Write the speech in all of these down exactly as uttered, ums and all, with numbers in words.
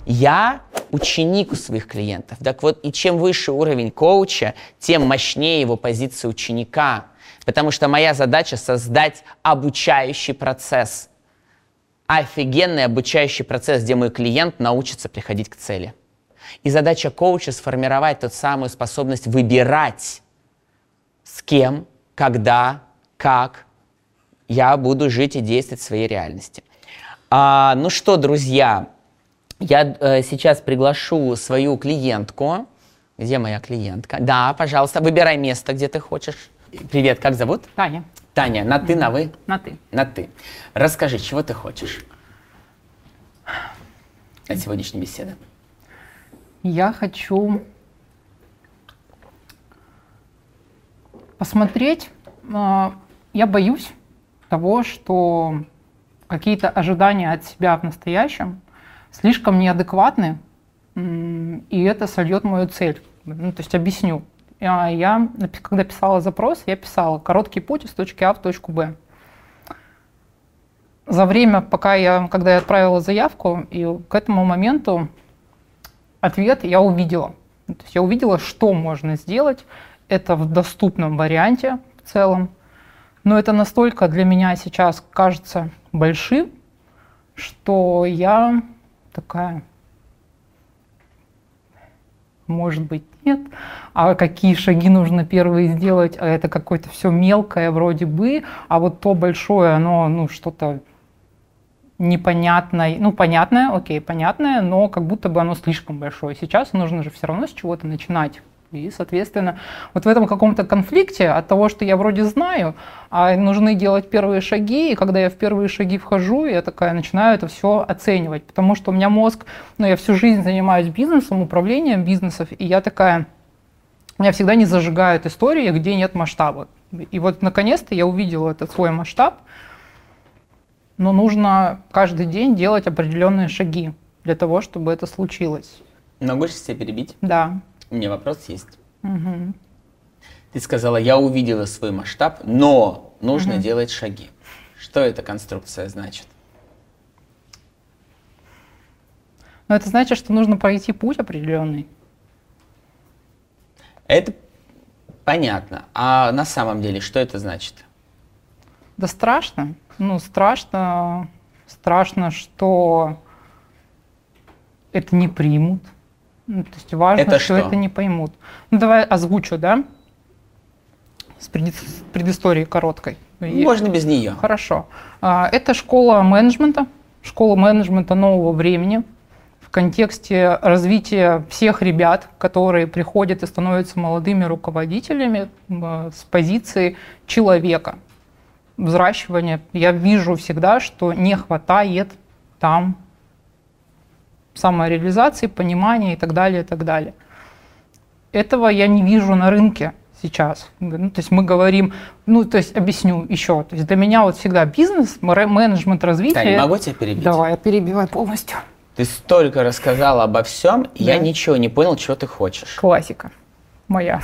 Я ученик у своих клиентов. Так вот, и чем выше уровень коуча, тем мощнее его позиция ученика. Потому что моя задача создать обучающий процесс. Офигенный обучающий процесс, где мой клиент научится приходить к цели. И задача коуча сформировать ту самую способность выбирать, с кем, когда, как я буду жить и действовать в своей реальности. А, ну что, друзья, я э, сейчас приглашу свою клиентку. Где моя клиентка? Да, пожалуйста, выбирай место, где ты хочешь. Привет, как зовут? Таня. Таня, на ты, на вы? На ты. На ты. Расскажи, чего ты хочешь от сегодняшней беседы? Я хочу посмотреть. Э, я боюсь того, что какие-то ожидания от себя в настоящем слишком неадекватны, и это сольет мою цель. Ну, то есть объясню. Я, я, когда писала запрос, я писала короткий путь из точки А в точку Б. За время, пока я, когда я отправила заявку, и к этому моменту ответ я увидела. То есть я увидела, что можно сделать. Это в доступном варианте в целом. Но это настолько для меня сейчас кажется большим, что я такая, может быть, нет. А какие шаги нужно первые сделать? А это какое-то все мелкое вроде бы, а вот то большое, оно ну что-то непонятное, ну понятное, окей, понятное, но как будто бы оно слишком большое. Сейчас нужно же все равно с чего-то начинать. И, соответственно, вот в этом каком-то конфликте от того, что я вроде знаю, а нужны делать первые шаги, и когда я в первые шаги вхожу, я такая начинаю это все оценивать, потому что у меня мозг, ну, я всю жизнь занимаюсь бизнесом, управлением бизнесов, и я такая, меня всегда не зажигают истории, где нет масштаба. И вот, наконец-то, я увидела этот свой масштаб, но нужно каждый день делать определенные шаги для того, чтобы это случилось. Могу я тебя перебить? Да. У меня вопрос есть. Угу. Ты сказала, я увидела свой масштаб, но нужно угу. делать шаги. Что эта конструкция значит? Ну, это значит, что нужно пройти путь определенный. Это понятно. А на самом деле, что это значит? Да страшно. Ну, страшно, страшно, что это не примут. Ну, то есть важно, это что, что это не поймут. Ну, давай озвучу, да? С предысторией короткой. Можно без нее. Хорошо. Это школа менеджмента, школа менеджмента нового времени в контексте развития всех ребят, которые приходят и становятся молодыми руководителями с позиции человека. Взращивания. Я вижу всегда, что не хватает там самореализации, понимания и так далее, и так далее. Этого я не вижу на рынке сейчас. Ну, то есть мы говорим, ну, то есть объясню еще. То есть для меня вот всегда бизнес, менеджмент, развитие. Таня, могу тебя перебить? Давай, я перебиваю полностью. Ты столько рассказала обо всем, и да. я ничего не понял, чего ты хочешь. Классика моя.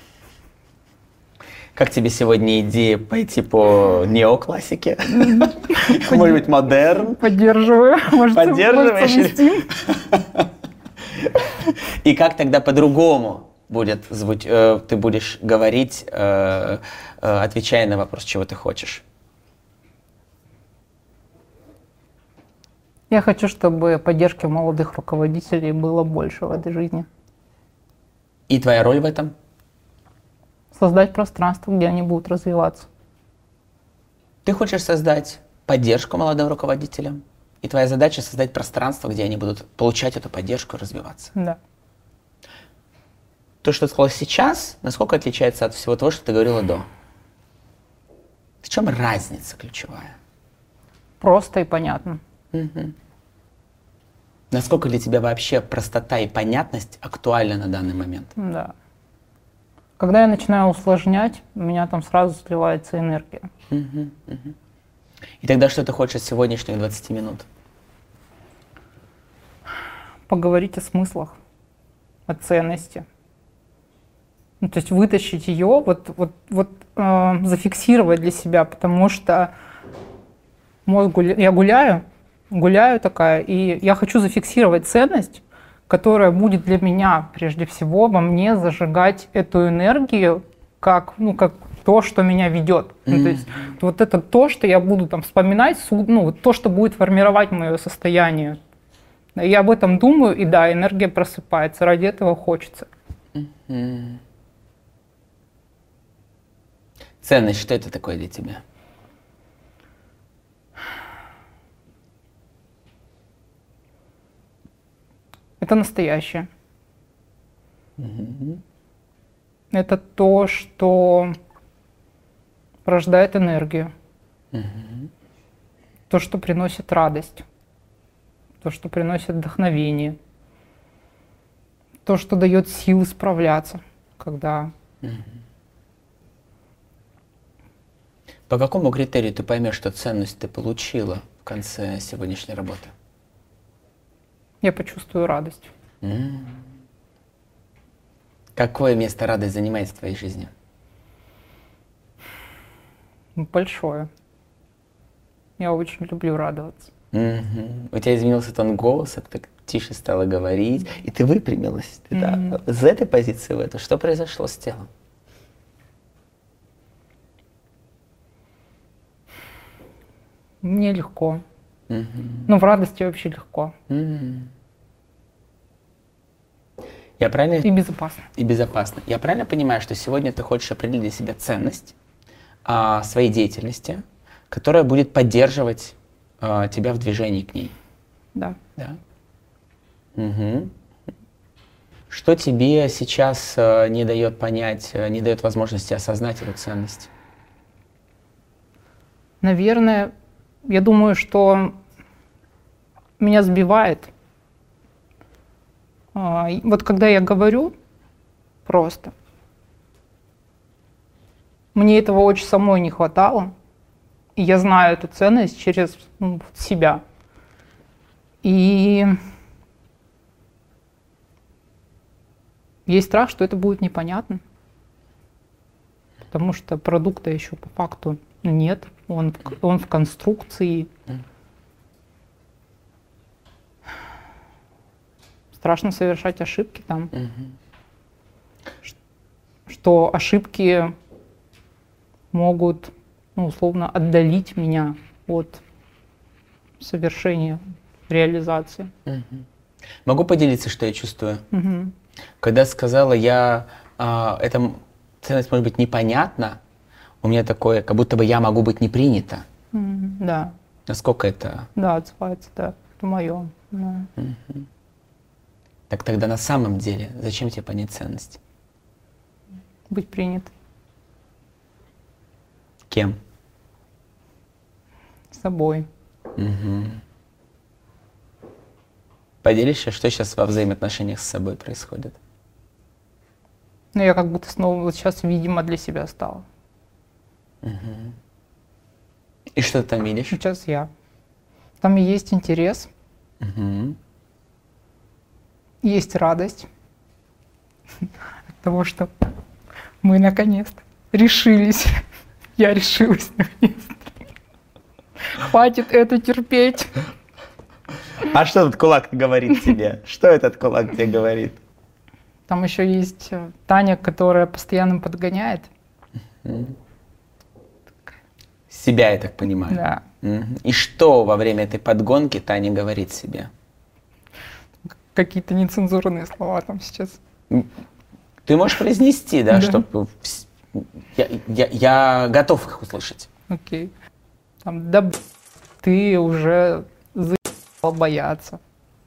Как тебе сегодня идея пойти по неоклассике? Может быть, модерн? Поддерживаю. Поддерживаешь? И как тогда по-другому будет звуть, ты будешь говорить, отвечая на вопрос, чего ты хочешь? Я хочу, чтобы поддержки молодых руководителей было больше в этой жизни. И твоя роль в этом? Создать пространство, где они будут развиваться. Ты хочешь создать поддержку молодым руководителям, и твоя задача создать пространство, где они будут получать эту поддержку и развиваться. Да. То, что ты сказала сейчас, насколько отличается от всего того, что ты говорила до? В чем разница ключевая? Просто и понятно. Угу. Насколько для тебя вообще простота и понятность актуальны на данный момент? Да. Когда я начинаю усложнять, у меня там сразу сливается энергия. Угу, угу. И тогда что ты хочешь от сегодняшних двадцати минут? Поговорить о смыслах, о ценности. Ну, то есть вытащить ее, вот, вот, вот э, зафиксировать для себя, потому что мозг гуля... я гуляю, гуляю такая, и я хочу зафиксировать ценность, которая будет для меня, прежде всего, во мне зажигать эту энергию, как, ну, как то, что меня ведет. Mm-hmm. Ну, то есть вот это то, что я буду там вспоминать, ну, вот то, что будет формировать мое состояние. Я об этом думаю, и да, энергия просыпается, ради этого хочется. Mm-hmm. Ценность, что это такое для тебя? Это настоящее. Mm-hmm. Это то, что рождает энергию. Mm-hmm. То, что приносит радость. То, что приносит вдохновение. То, что дает силы справляться, когда... Mm-hmm. По какому критерию ты поймешь, что ценность ты получила в конце сегодняшней работы? Я почувствую радость. Mm. Какое место радость занимает в твоей жизни? Большое. Я очень люблю радоваться. Mm-hmm. У тебя изменился тон голоса, ты так тише стала говорить, и ты выпрямилась. Ты, Mm-hmm. да, из этой позиции в эту. Что произошло с телом? Мне легко. Mm-hmm. Ну, в радости вообще легко. Mm-hmm. Я правильно... И безопасно. И безопасно. Я правильно понимаю, что сегодня ты хочешь определить для себя ценность а, своей деятельности, которая будет поддерживать а, тебя в движении к ней? Да. Да. Угу. Что тебе сейчас а, не дает понять, а, не дает возможности осознать эту ценность? Наверное, я думаю, что меня сбивает. А, вот когда я говорю просто, мне этого очень самой не хватало, и я знаю эту ценность через ну, себя. И есть страх, что это будет непонятно, потому что продукта еще по факту нет, он, он в конструкции. Страшно совершать ошибки там, Угу. что ошибки могут, ну, условно, отдалить меня от совершения реализации. Угу. Могу поделиться, что я чувствую? Угу. Когда сказала я, а, эта ценность может быть непонятна, у меня такое, как будто бы я могу быть не принята. Угу. Да. Насколько это? Да, отзывается, да, это мое. Да. Угу. Так тогда на самом деле, зачем тебе понять ценность? Быть принят. Кем? Собой. Угу. Поделишься, что сейчас во взаимоотношениях с собой происходит? Ну, я как будто снова вот сейчас видимо для себя стала. Угу. И что ты там видишь? Сейчас я. Там есть интерес, Угу. есть радость от того, что мы наконец-то решились. Я решилась наконец-то. Хватит это терпеть. А что этот кулак говорит тебе? Что этот кулак тебе говорит? Там еще есть Таня, которая постоянно подгоняет. Себя, я так понимаю. Да. Угу. И что во время этой подгонки Таня говорит себе? Какие-то нецензурные слова там сейчас. Ты можешь произнести, да, Да. чтобы я, я, я готов их услышать. Окей. Там, да, б***, ты уже заебал бояться.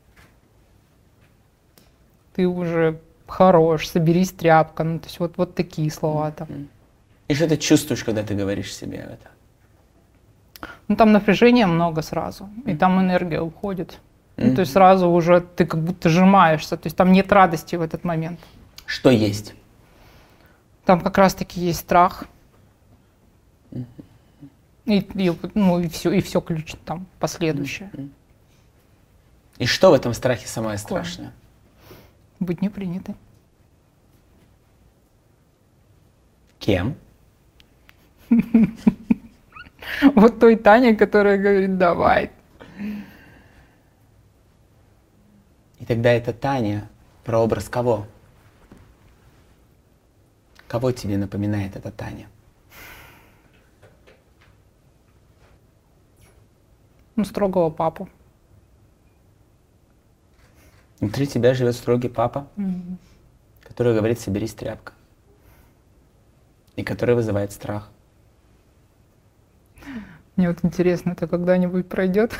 Ты уже хорош, соберись, тряпка. Ну, то есть вот, вот такие слова там. И что ты чувствуешь, когда ты говоришь себе это? Ну, там напряжения много сразу, и там энергия уходит. Ну, то есть сразу уже ты как будто сжимаешься, то есть там нет радости в этот момент. Что есть? Там как раз-таки есть страх. И, и, ну, и все, и все ключ там последующее. И что в этом страхе самое страшное? Быть не принятой. Кем? Вот той Тане, которая говорит, давай. тогда это Таня про образ кого? Кого тебе напоминает эта Таня? Ну, строгого папу. Внутри тебя живет строгий папа, Mm-hmm. который говорит: соберись, тряпка. И который вызывает страх. Мне вот интересно, это когда-нибудь пройдет?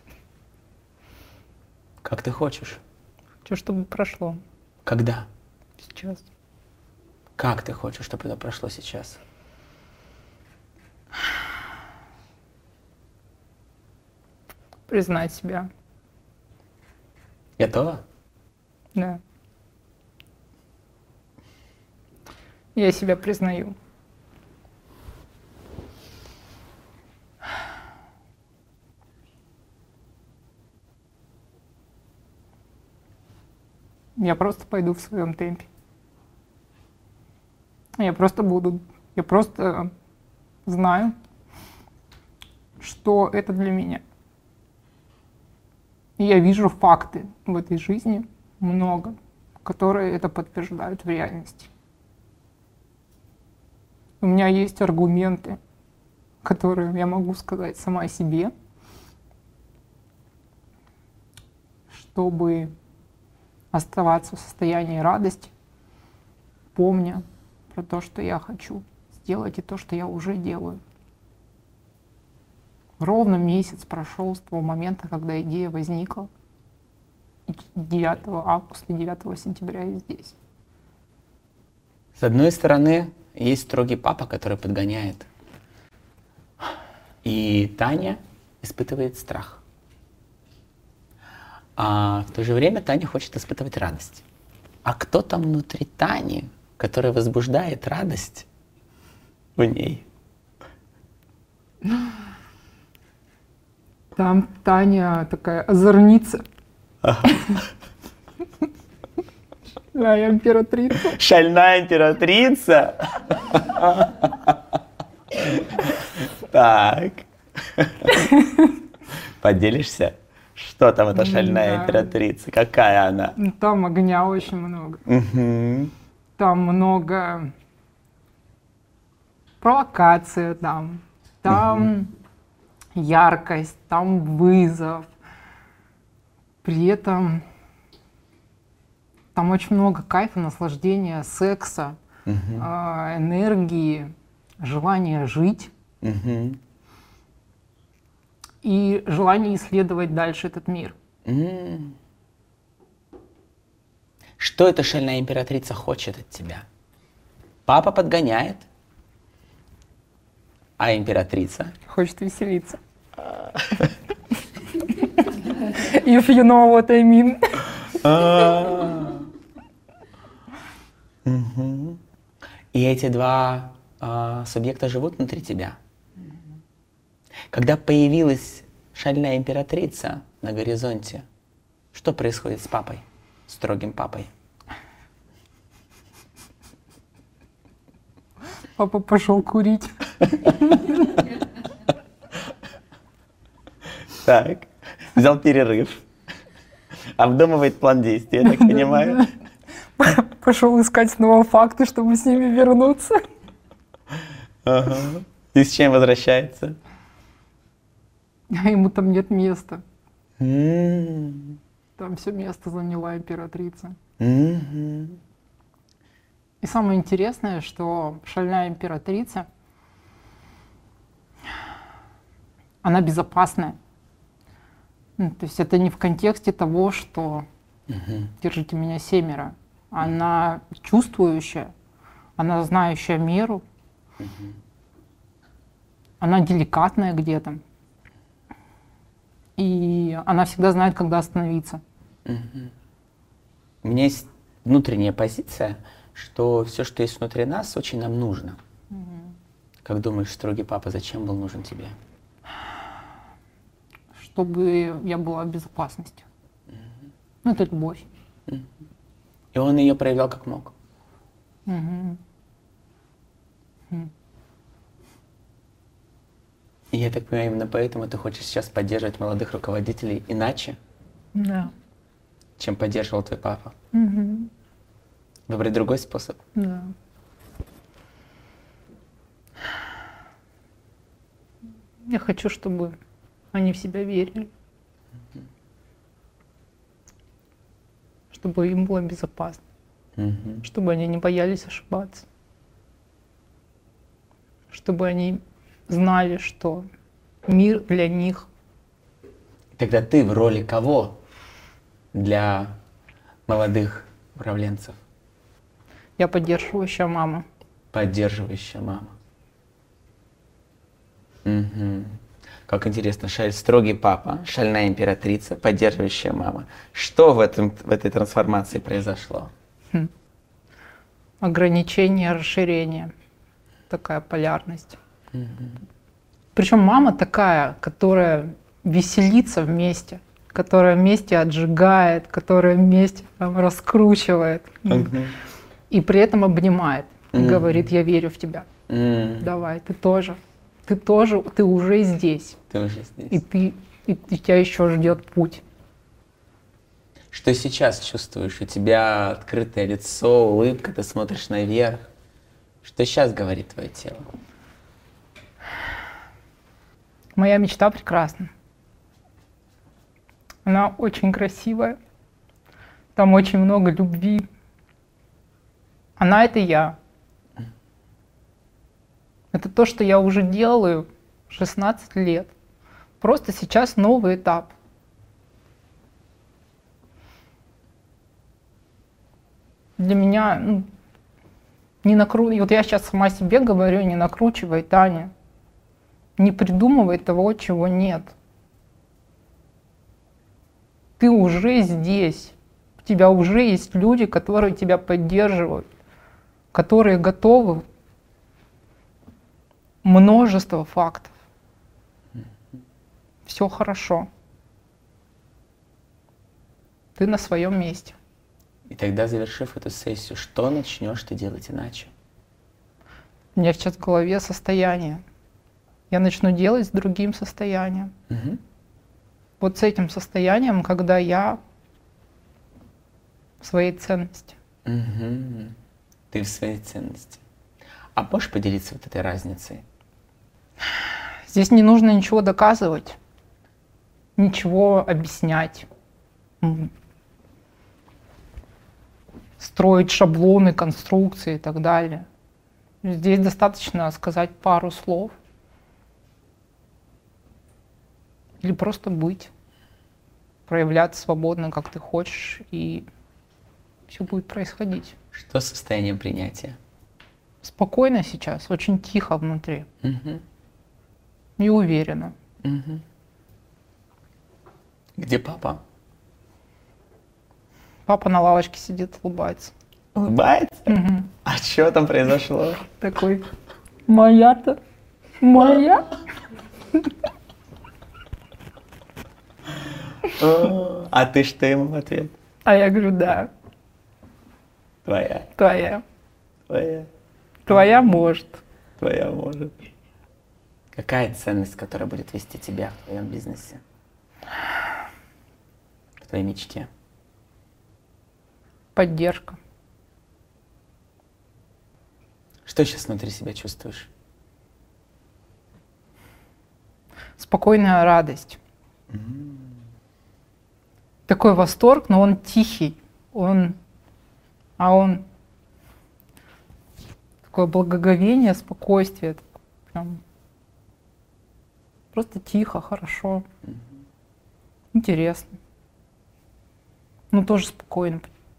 Как ты хочешь? Хочу, чтобы прошло. Когда? Сейчас. Как ты хочешь, чтобы это прошло сейчас? Признать себя. Готова? Да. Я себя признаю. Я просто пойду в своем темпе. Я просто буду, я просто знаю, что это для меня. И я вижу факты в этой жизни много, которые это подтверждают в реальности. У меня есть аргументы, которые я могу сказать сама себе, чтобы оставаться в состоянии радости, помня про то, что я хочу сделать, и то, что я уже делаю. Ровно месяц прошел с того момента, когда идея возникла. И девятого августа, девятого сентября я здесь. С одной стороны, есть строгий папа, который подгоняет. И Таня испытывает страх. А в то же время Таня хочет испытывать радость. А кто там внутри Тани, который возбуждает радость в ней? Там Таня такая озорница. Ага. Да, я императрица. Шальная императрица? Так. Поделишься? Что там эта шальная императрица? Какая она? Там огня очень много. Угу. Там много провокации, там, там угу. яркость, там вызов. При этом там очень много кайфа, наслаждения, секса, угу. э, энергии, желания жить. Угу. И желание исследовать дальше этот мир. Mm. Что эта шальная императрица хочет от тебя? Папа подгоняет, а императрица? Хочет веселиться. If you know what I mean. И эти два субъекта живут внутри тебя. Когда появилась шальная императрица на горизонте, что происходит с папой, строгим папой? Папа пошел курить. Так, взял перерыв, обдумывает план действий, я так понимаю. Пошел искать снова факты, чтобы с ними вернуться. Ага. И с чем возвращается? А ему там нет места. Mm. Там все место заняла императрица. Mm-hmm. И самое интересное, что шальная императрица, она безопасная. Ну, то есть это не в контексте того, что mm-hmm. держите меня семеро. Она чувствующая, она знающая меру, mm-hmm. она деликатная где-то. И она всегда знает, когда остановиться. Угу. У меня есть внутренняя позиция, что все, что есть внутри нас, очень нам нужно. Угу. Как думаешь, строгий папа, зачем был нужен тебе? Чтобы я была в безопасности. Угу. Ну, это любовь. Угу. И он ее проявлял как мог. Угу. Угу. И я так понимаю, именно поэтому ты хочешь сейчас поддерживать молодых руководителей иначе? Да. чем поддерживал твой папа. Мгм. Выбрать другой способ. Да. Я хочу, чтобы они в себя верили. Чтобы им было безопасно. Мгм. Чтобы они не боялись ошибаться. Чтобы они знали, что мир для них. Тогда ты в роли кого для молодых управленцев? Я поддерживающая мама. Поддерживающая мама. Мгм. Как интересно, Шаль строгий папа, шальная императрица, поддерживающая мама. Что в, этом, в этой трансформации произошло? Ограничение, расширение. Такая полярность. Причем мама такая, которая веселится вместе, которая вместе отжигает, которая вместе там, раскручивает. Мгм. И при этом обнимает. И Мгм. говорит, я верю в тебя. М, Давай, ты тоже. Ты тоже, ты уже здесь. Ты уже здесь. И ты, и ты- тебя еще ждет путь. Что сейчас чувствуешь? У тебя открытое лицо, улыбка, ты смотришь наверх. Что сейчас говорит твое тело? Моя мечта прекрасна. Она очень красивая. Там очень много любви. Она — это я. Это то, что я уже делаю шестнадцать лет. Просто сейчас новый этап. Для меня ну, не накру... и вот я сейчас сама себе говорю, не накручивай, Таня. Не придумывай того, чего нет. Ты уже здесь. У тебя уже есть люди, которые тебя поддерживают, которые готовы. Множество фактов. Все хорошо. Ты на своем месте. И тогда, завершив эту сессию, что начнешь ты делать иначе? У меня сейчас в голове состояние. Я начну делать с другим состоянием. Мгм. Вот с этим состоянием, когда я в своей ценности. Мгм. Ты в своей ценности. А можешь поделиться вот этой разницей? Здесь не нужно ничего доказывать, ничего объяснять, м, строить шаблоны, конструкции и так далее. Здесь достаточно сказать пару слов или просто быть, проявляться свободно, как ты хочешь, и все будет происходить. Что с состоянием принятия? Спокойно сейчас, очень тихо внутри Мгм. и уверенно. Мгм. Где папа? Папа на лавочке сидит, улыбается. Улыбается? Мгм. А что там произошло? Такой, моя-то, моя. О, А ты что ему в ответ? А я говорю, да, Твоя, твоя. твоя, Твоя может. твоя может. Какая ценность, которая будет вести тебя в твоем бизнесе? В твоей мечте? Поддержка. Что сейчас внутри себя чувствуешь? Спокойная радость. Такой восторг, но он тихий. Он, а он такое благоговение, спокойствие. Это прям просто тихо, хорошо. Интересно. Ну, тоже спокойно.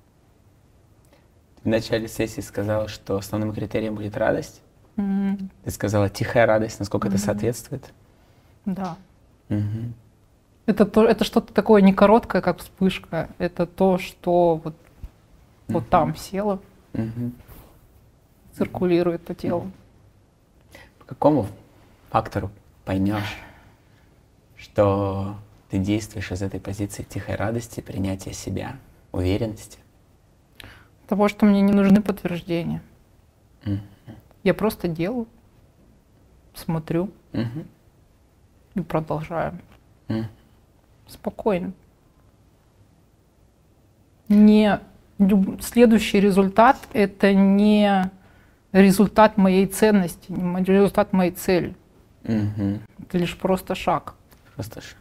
В начале сессии сказала, что основным критерием будет радость. М, Ты сказала тихая радость, насколько это соответствует? Да. Мгм. Это, то, это что-то такое не короткое, как вспышка. Это то, что вот, вот там село, Мгм. циркулирует по телу. По какому фактору поймешь, что ты действуешь из этой позиции тихой радости, принятия себя, уверенности? Того, что мне не нужны подтверждения. Мгм. Я просто делаю, смотрю Мгм. и продолжаю. Мгм. Спокойно. Не люб- следующий результат — это не результат моей ценности, не мо- результат моей цели. Мгм. Это лишь просто шаг. Просто шаг.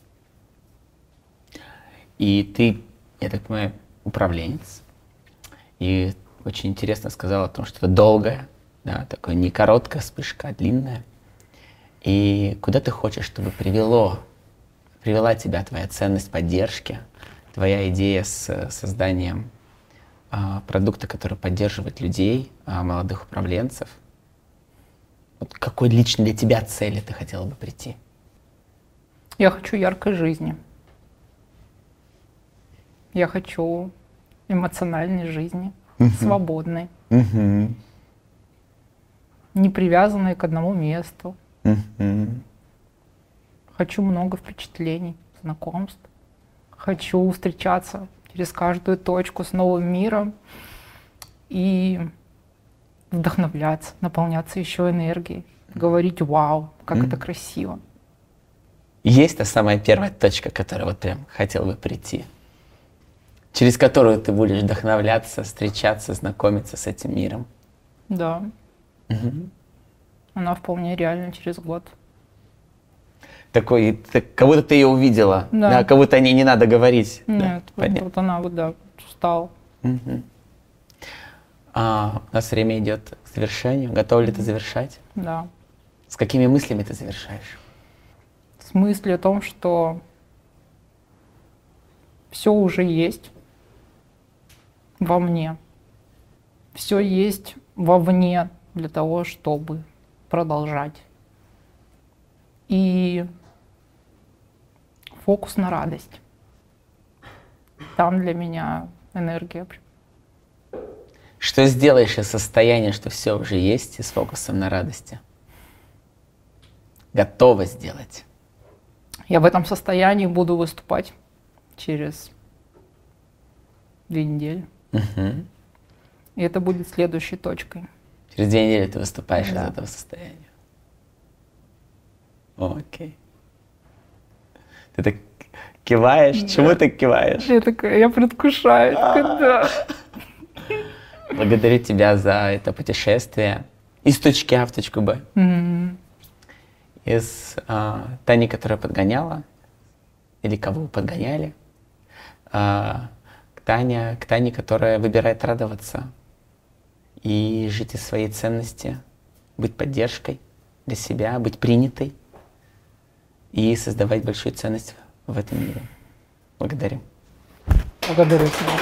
И ты, я так понимаю, управленец. И очень интересно сказала о том, что это долгая, да, такое не короткая вспышка, а длинная. И куда ты хочешь, чтобы привело, привела тебя твоя ценность поддержки, твоя идея с созданием а, продукта, который поддерживает людей, а, молодых управленцев? Вот к какой лично для тебя цели ты хотела бы прийти? Я хочу яркой жизни. Я хочу эмоциональной жизни, свободной, Мгм. не привязанной к одному месту. Мгм. Хочу много впечатлений, знакомств. Хочу встречаться через каждую точку с новым миром и вдохновляться, наполняться еще энергией, говорить «Вау, как Мгм. это красиво». Есть та самая первая точка, к которой вот прям хотел бы прийти, через которую ты будешь вдохновляться, встречаться, знакомиться с этим миром? Да, Мгм. она вполне реальна через год. Такой, ты- как будто ты ее увидела, Да. да, как будто о ней не надо говорить. да, Нет, вот, понятно. вот она вот, да, встала. Мгм. А, у нас время идет к завершению. Готова ли ты завершать? Да. С какими мыслями ты завершаешь? С мыслью о том, что все уже есть во мне. Все есть вовне для того, чтобы продолжать. И фокус на радость. Там для меня энергия. Что сделаешь из состояния, что все уже есть, и с фокусом на радости? Готова сделать. Я в этом состоянии буду выступать через две недели. Мгм. И это будет следующей точкой. Через две недели ты выступаешь Да. из этого состояния. Окей. Ты так киваешь? Чему ты киваешь? Я такая, я предвкушаю, когда. Благодарю тебя за это путешествие из точки А в точку Б. Мгм. Из а, Тани, которая подгоняла, или кого вы подгоняли, а, к Тане, к Тане, которая выбирает радоваться и жить из своей ценности, быть поддержкой для себя, быть принятой и создавать большую ценность в этом мире. Благодарю. Благодарю тебя.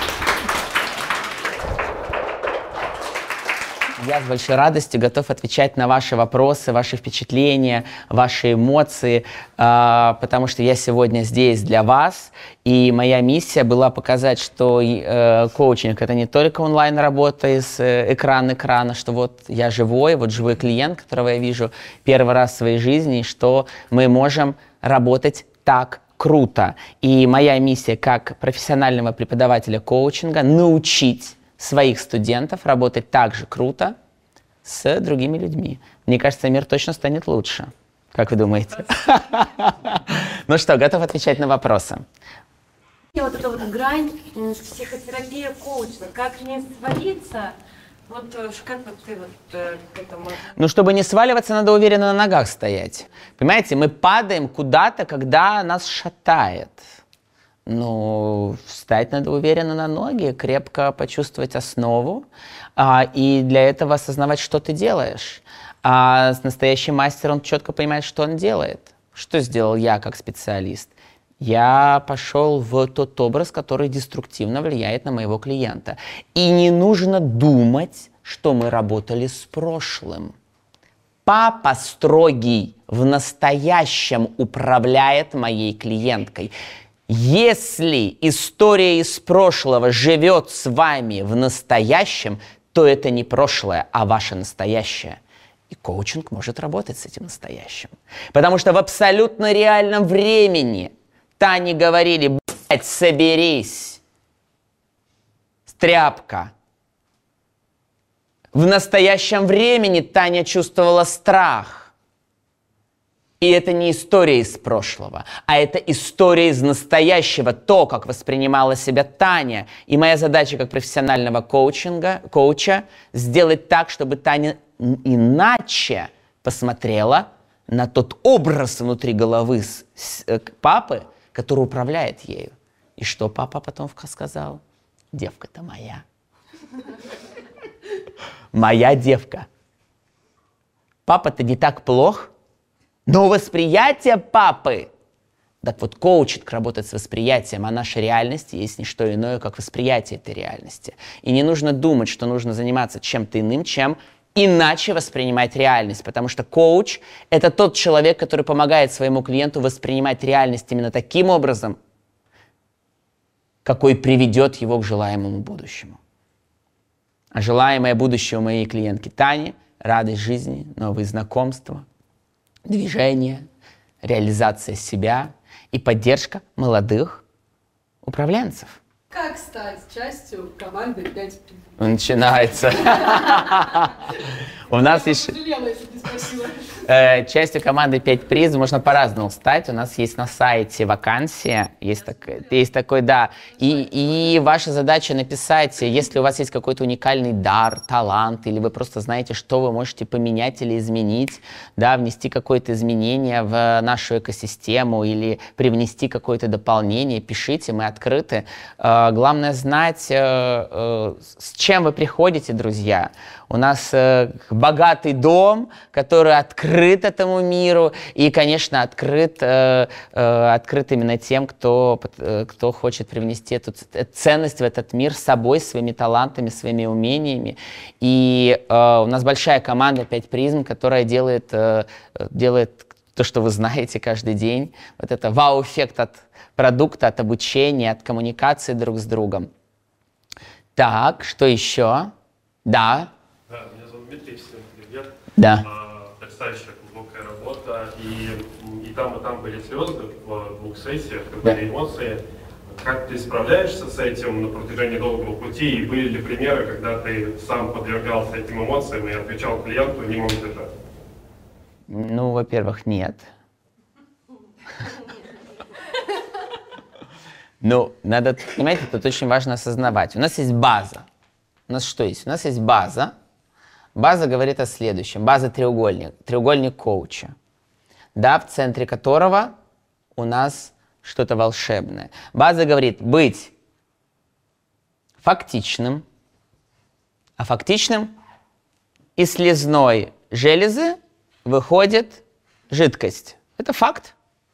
Я с большой радостью готов отвечать на ваши вопросы, ваши впечатления, ваши эмоции, а, потому что я сегодня здесь для вас, и моя миссия была показать, что э, коучинг — это не только онлайн-работа из э, экран-экрана, что вот я живой, вот живой клиент, которого я вижу первый раз в своей жизни, и что мы можем работать так круто. И моя миссия как профессионального преподавателя коучинга — научить своих студентов работать так же круто с другими людьми. Мне кажется, мир точно станет лучше. Как вы думаете? Ну что, готов отвечать на вопросы? И вот эта вот грань м, психотерапия, коучинг, как не свалиться, вот э, как вот ты вот э, к этому... Ну, чтобы не сваливаться, надо уверенно на ногах стоять. Понимаете, мы падаем куда-то, когда нас шатает. Ну, встать надо уверенно на ноги, крепко почувствовать основу, а, и для этого осознавать, что ты делаешь. А настоящий мастер, он четко понимает, что он делает. Что сделал я как специалист? Я пошел в тот образ, который деструктивно влияет на моего клиента. И не нужно думать, что мы работали с прошлым. Папа строгий в настоящем управляет моей клиенткой. Если история из прошлого живет с вами в настоящем, то это не прошлое, а ваше настоящее. И коучинг может работать с этим настоящим. Потому что в абсолютно реальном времени Тане говорили: блядь, соберись, тряпка. В настоящем времени Таня чувствовала страх. И это не история из прошлого, а это история из настоящего, то, как воспринимала себя Таня. И моя задача как профессионального коучинга, коуча сделать так, чтобы Таня иначе посмотрела на тот образ внутри головы с, с, э, папы, который управляет ею. И что папа потом сказал? Девка-то моя. Моя девка. Папа-то не так плох. Но восприятие папы, так вот коучинг работает с восприятием, а наша реальность есть не что иное, как восприятие этой реальности. И не нужно думать, что нужно заниматься чем-то иным, чем иначе воспринимать реальность, потому что коуч — это тот человек, который помогает своему клиенту воспринимать реальность именно таким образом, какой приведет его к желаемому будущему. А желаемое будущее у моей клиентки Тани — радость жизни, новые знакомства, движение, реализация себя и поддержка молодых управленцев. Как стать частью команды пять призм? Начинается. У нас есть... Частью команды пять призм можно по-разному стать. У нас есть на сайте вакансия, есть, так, есть такой, да. И, и ваша задача написать, если у вас есть какой-то уникальный дар, талант, или вы просто знаете, что вы можете поменять или изменить, да, внести какое-то изменение в нашу экосистему или привнести какое-то дополнение, пишите, мы открыты. Главное знать, с чем вы приходите, друзья. У нас богатый дом, который открыт этому миру и, конечно, открыт, открыт именно тем, кто, кто хочет привнести эту ценность в этот мир с собой, своими талантами, своими умениями. И у нас большая команда пять призм, которая делает, делает то, что вы знаете каждый день. Вот это вау-эффект от продукта, от обучения, от коммуникации друг с другом. Так, что еще? Да. Да, меня зовут Дмитрий, всем привет. Да. А, потрясающая глубокая работа, и, и там, и там были слезы в двух сессиях, Да. были эмоции. Как ты справляешься с этим на протяжении долгого пути, и были ли примеры, когда ты сам подвергался этим эмоциям и отвечал клиенту, не мог держать? Ну, во-первых, нет. Ну, надо, понимаете, тут очень важно осознавать. У нас есть база. У нас что есть? У нас есть база. База говорит о следующем. База треугольник. Треугольник коуча. Да, в центре которого у нас что-то волшебное. База говорит быть фактичным. А фактичным из слезной железы выходит жидкость. Это факт.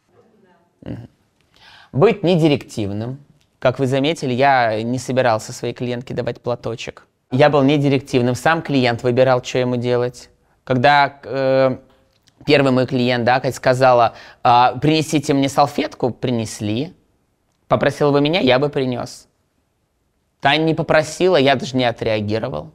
Угу. Быть недирективным. Как вы заметили, я не собирался своей клиентке давать платочек. Я был недирективным. Сам клиент выбирал, что ему делать. Когда э, первый мой клиент, да, Кать, сказала, э, принесите мне салфетку, принесли. Попросил бы меня, я бы принес. Таня не попросила, я даже не отреагировал.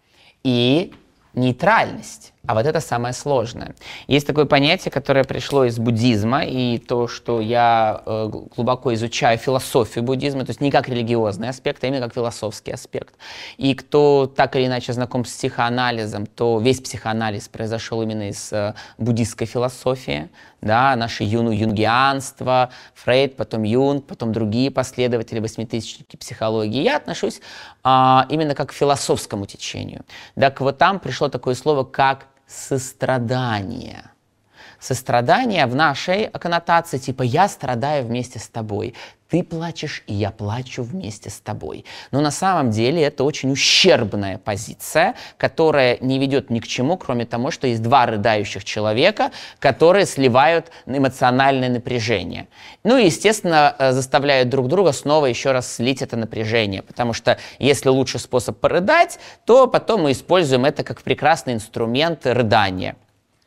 И нейтральность. А вот это самое сложное. Есть такое понятие, которое пришло из буддизма, и то, что я э, глубоко изучаю философию буддизма, то есть не как религиозный аспект, а именно как философский аспект. И кто так или иначе знаком с психоанализом, то весь психоанализ произошел именно из э, буддистской философии, да, наше юну, юнгианство, Фрейд, потом Юнг, потом другие последователи, восьмитысячники психологии. Я отношусь а, именно как к философскому течению. Так вот там пришло такое слово, как сострадание. Сострадание в нашей коннотации типа «я страдаю вместе с тобой», «ты плачешь, и я плачу вместе с тобой». Но на самом деле это очень ущербная позиция, которая не ведет ни к чему, кроме того, что есть два рыдающих человека, которые сливают эмоциональное напряжение. Ну и, естественно, заставляют друг друга снова еще раз слить это напряжение, потому что если лучший способ порыдать, то потом мы используем это как прекрасный инструмент рыдания.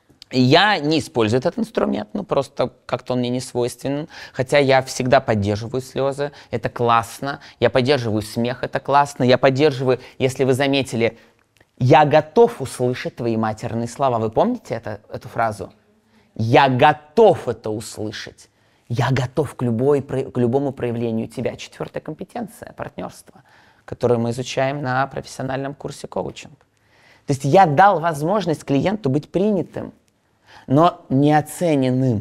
Я не использую этот инструмент, ну просто как-то он мне не свойственен, хотя я всегда поддерживаю слезы, это классно, я поддерживаю смех, это классно, я поддерживаю, если вы заметили, я готов услышать твои матерные слова, вы помните это, эту фразу? Я готов это услышать, я готов к, любой, к любому проявлению тебя. Четвертая компетенция, партнерство, которую мы изучаем на профессиональном курсе коучинг. То есть я дал возможность клиенту быть принятым. но неоцененным.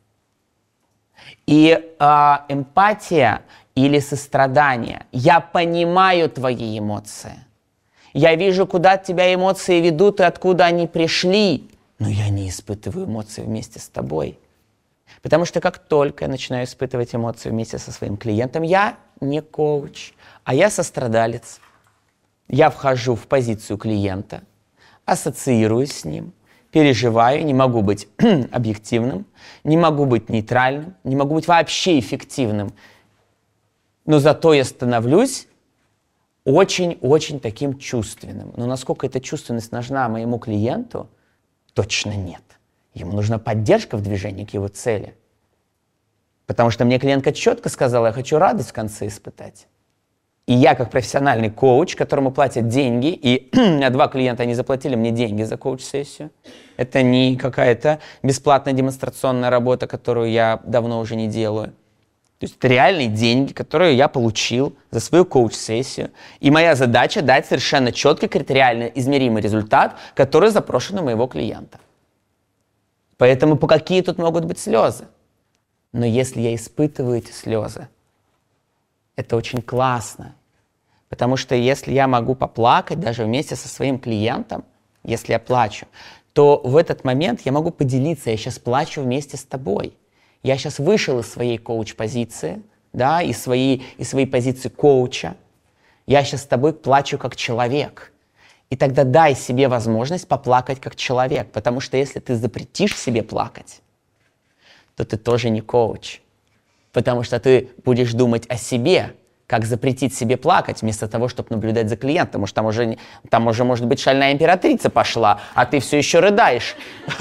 И э, эмпатия или сострадание. Я понимаю твои эмоции. Я вижу, куда тебя эмоции ведут и откуда они пришли, но я не испытываю эмоции вместе с тобой. Потому что как только я начинаю испытывать эмоции вместе со своим клиентом, я не коуч, а я сострадалец. Я вхожу в позицию клиента, ассоциируюсь с ним, переживаю, не могу быть объективным, не могу быть нейтральным, не могу быть вообще эффективным. Но зато я становлюсь очень-очень таким чувственным. Но насколько эта чувственность нужна моему клиенту, точно нет. Ему нужна поддержка в движении к его цели. Потому что мне клиентка четко сказала, я хочу радость в конце испытать. И я, как профессиональный коуч, которому платят деньги, и у меня два клиента, они заплатили мне деньги за коуч-сессию. Это не какая-то бесплатная демонстрационная работа, которую я давно уже не делаю. То есть это реальные деньги, которые я получил за свою коуч-сессию. И моя задача дать совершенно четкий, критериально измеримый результат, который запрошен у моего клиента. Поэтому по какие тут могут быть слезы? Но если я испытываю эти слезы, это очень классно. Потому что если я могу поплакать даже вместе со своим клиентом, если я плачу, то в этот момент я могу поделиться, я сейчас плачу вместе с тобой. Я сейчас вышел из своей коуч-позиции, да, из своей, из своей позиции коуча. Я сейчас с тобой плачу как человек. И тогда дай себе возможность поплакать как человек. Потому что если ты запретишь себе плакать, то ты тоже не коуч. Потому что ты будешь думать о себе, как запретить себе плакать, вместо того, чтобы наблюдать за клиентом. Потому что там уже, там уже, может быть, шальная императрица пошла, а ты все еще рыдаешь.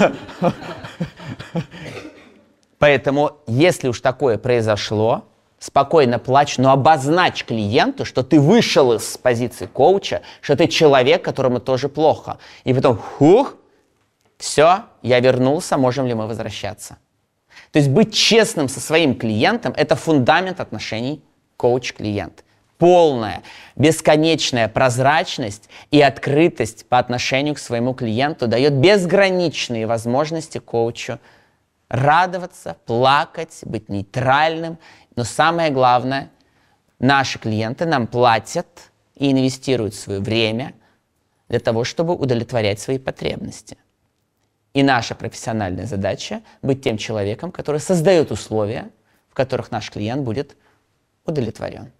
Поэтому, если уж такое произошло, спокойно плачь, но обозначь клиенту, что ты вышел из позиции коуча, что ты человек, которому тоже плохо. И потом, хух, все, я вернулся, можем ли мы возвращаться. То есть быть честным со своим клиентом – это фундамент отношений коуч-клиент. Полная, бесконечная прозрачность и открытость по отношению к своему клиенту дает безграничные возможности коучу радоваться, плакать, быть нейтральным. Но самое главное, наши клиенты нам платят и инвестируют свое время для того, чтобы удовлетворять свои потребности. И наша профессиональная задача – быть тем человеком, который создает условия, в которых наш клиент будет удовлетворен.